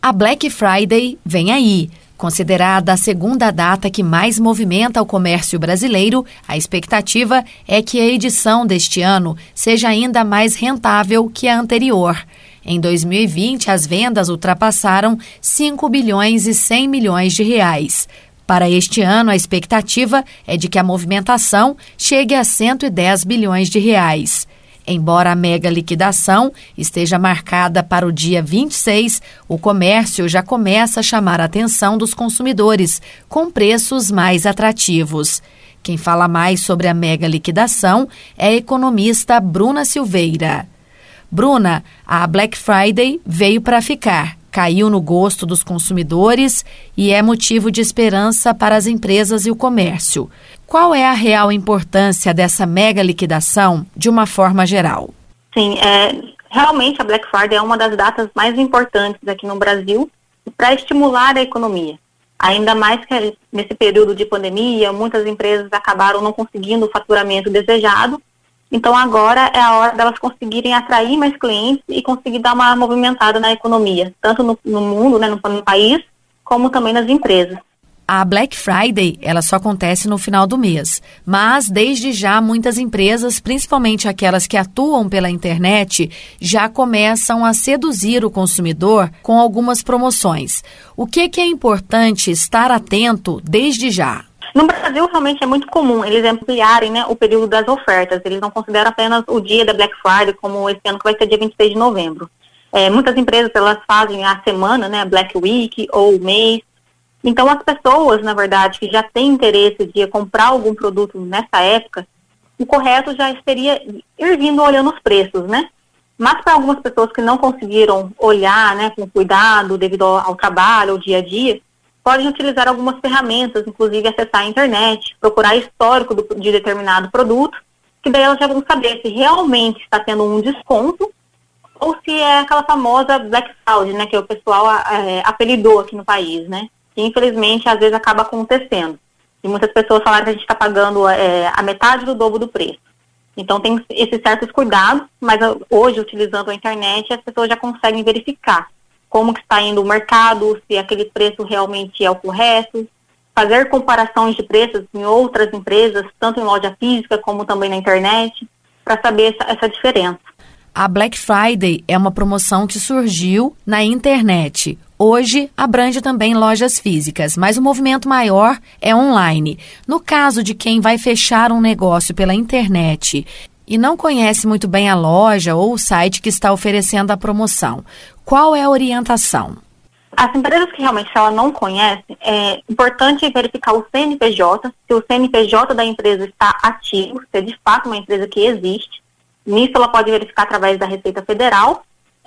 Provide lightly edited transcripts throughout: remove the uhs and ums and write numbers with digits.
A Black Friday vem aí. Considerada a segunda data que mais movimenta o comércio brasileiro, a expectativa é que a edição deste ano seja ainda mais rentável que a anterior. Em 2020, as vendas ultrapassaram 5 bilhões e 100 milhões de reais. Para este ano, a expectativa é de que a movimentação chegue a 110 bilhões de reais. Embora a mega liquidação esteja marcada para o dia 26, o comércio já começa a chamar a atenção dos consumidores, com preços mais atrativos. Quem fala mais sobre a mega liquidação é a economista Bruna Silveira. Bruna, a Black Friday veio para ficar, caiu no gosto dos consumidores e é motivo de esperança para as empresas e o comércio. Qual é a real importância dessa mega liquidação de uma forma geral? Sim, realmente a Black Friday é uma das datas mais importantes aqui no Brasil para estimular a economia. Ainda mais que nesse período de pandemia, muitas empresas acabaram não conseguindo o faturamento desejado. Então agora é a hora delas conseguirem atrair mais clientes e conseguir dar uma movimentada na economia, tanto no mundo, né, no país, como também nas empresas. A Black Friday, ela só acontece no final do mês, mas desde já muitas empresas, principalmente aquelas que atuam pela internet, já começam a seduzir o consumidor com algumas promoções. O que é importante estar atento desde já? No Brasil, realmente é muito comum eles ampliarem, né, o período das ofertas. Eles não consideram apenas o dia da Black Friday, como esse ano que vai ser dia 26 de novembro. Muitas empresas, elas fazem a semana, né, Black Week ou o mês. Então, as pessoas, na verdade, que já têm interesse de comprar algum produto nessa época, o correto já seria ir vindo olhando os preços, né? Mas para algumas pessoas que não conseguiram olhar, né, com cuidado devido ao trabalho, ao dia a dia, podem utilizar algumas ferramentas, inclusive acessar a internet, procurar histórico de determinado produto, que daí elas já vão saber se realmente está tendo um desconto ou se é aquela famosa Black Fraud, né, que o pessoal apelidou aqui no país, né? Que infelizmente às vezes acaba acontecendo. E muitas pessoas falaram que a gente está pagando a metade do dobro do preço. Então tem esses certos cuidados, mas hoje, utilizando a internet, as pessoas já conseguem verificar como que está indo o mercado, se aquele preço realmente é o correto, fazer comparações de preços em outras empresas, tanto em loja física como também na internet, para saber essa diferença. A Black Friday é uma promoção que surgiu na internet. Hoje, abrange também lojas físicas, mas o movimento maior é online. No caso de quem vai fechar um negócio pela internet e não conhece muito bem a loja ou o site que está oferecendo a promoção, qual é a orientação? As empresas que realmente ela não conhece, é importante verificar o CNPJ, se o CNPJ da empresa está ativo, se é de fato uma empresa que existe. Nisso ela pode verificar através da Receita Federal,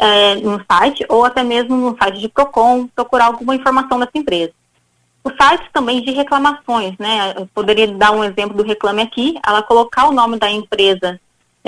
no site, ou até mesmo no site de Procon, procurar alguma informação dessa empresa. O site também de reclamações, né? Eu poderia dar um exemplo do Reclame Aqui, ela colocar o nome da empresa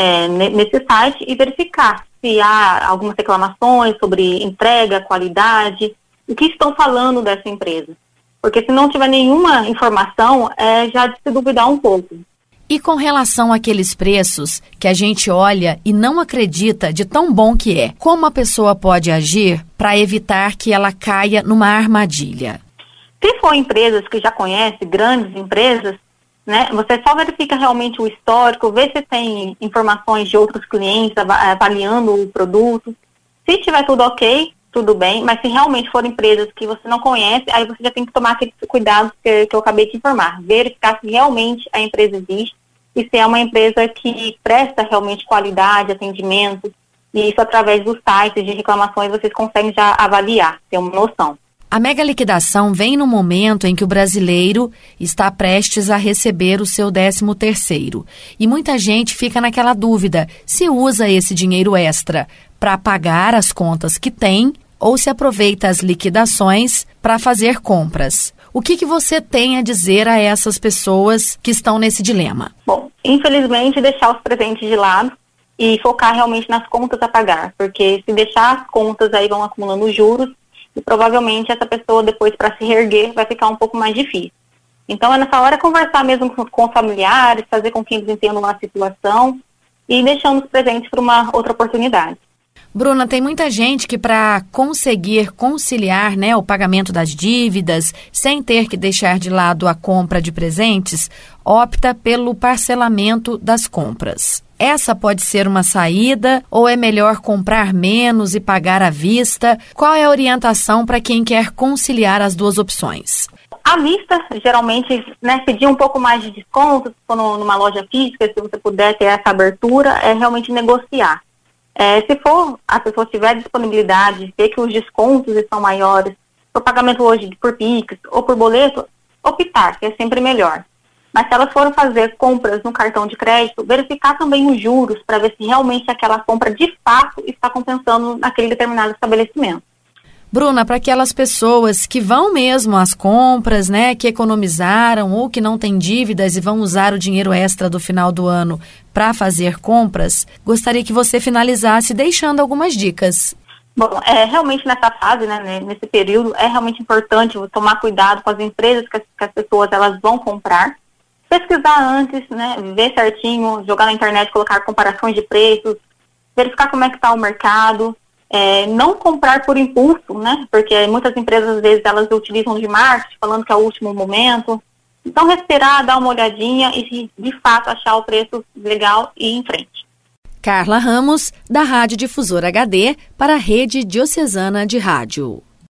nesse site e verificar se há algumas reclamações sobre entrega, qualidade, o que estão falando dessa empresa. Porque se não tiver nenhuma informação, já de se duvidar um pouco. E com relação àqueles preços que a gente olha e não acredita de tão bom que é, como a pessoa pode agir para evitar que ela caia numa armadilha? Se for empresas que já conhecem, grandes empresas, né, você só verifica realmente o histórico, vê se tem informações de outros clientes avaliando o produto. Se tiver tudo ok, tudo bem, mas se realmente forem empresas que você não conhece, aí você já tem que tomar aqueles cuidados que eu acabei de informar. Verificar se realmente a empresa existe e se é uma empresa que presta realmente qualidade, atendimento, e isso através dos sites de reclamações vocês conseguem já avaliar, ter uma noção. A mega liquidação vem no momento em que o brasileiro está prestes a receber o seu 13º. E muita gente fica naquela dúvida se usa esse dinheiro extra para pagar as contas que tem ou se aproveita as liquidações para fazer compras. O que você tem a dizer a essas pessoas que estão nesse dilema? Bom, infelizmente deixar os presentes de lado e focar realmente nas contas a pagar, porque se deixar as contas aí vão acumulando juros e provavelmente essa pessoa depois para se reerguer vai ficar um pouco mais difícil. Então é nessa hora conversar mesmo com os familiares, fazer com que eles entendam a situação e deixando os presentes para uma outra oportunidade. Bruna, tem muita gente que para conseguir conciliar, né, o pagamento das dívidas, sem ter que deixar de lado a compra de presentes, opta pelo parcelamento das compras. Essa pode ser uma saída ou é melhor comprar menos e pagar à vista? Qual é a orientação para quem quer conciliar as duas opções? À vista, geralmente, né, pedir um pouco mais de desconto, se for numa loja física, se você puder ter essa abertura, é realmente negociar. Se for a pessoa tiver disponibilidade, ver que os descontos estão maiores, o pagamento hoje por Pix ou por boleto, optar, que é sempre melhor. Mas se elas forem fazer compras no cartão de crédito, verificar também os juros para ver se realmente aquela compra de fato está compensando naquele determinado estabelecimento. Bruna, para aquelas pessoas que vão mesmo às compras, né, que economizaram ou que não têm dívidas e vão usar o dinheiro extra do final do ano para fazer compras, gostaria que você finalizasse deixando algumas dicas. Bom, realmente nessa fase, né, nesse período, é realmente importante tomar cuidado com as empresas que as pessoas elas vão comprar. Pesquisar antes, né, ver certinho, jogar na internet, colocar comparações de preços, verificar como é que está o mercado. Não comprar por impulso, né? Porque muitas empresas, às vezes, elas utilizam de marketing, falando que é o último momento. Então, respirar, dar uma olhadinha e, de fato, achar o preço legal e ir em frente. Carla Ramos, da Rádio Difusora HD, para a Rede Diocesana de Rádio.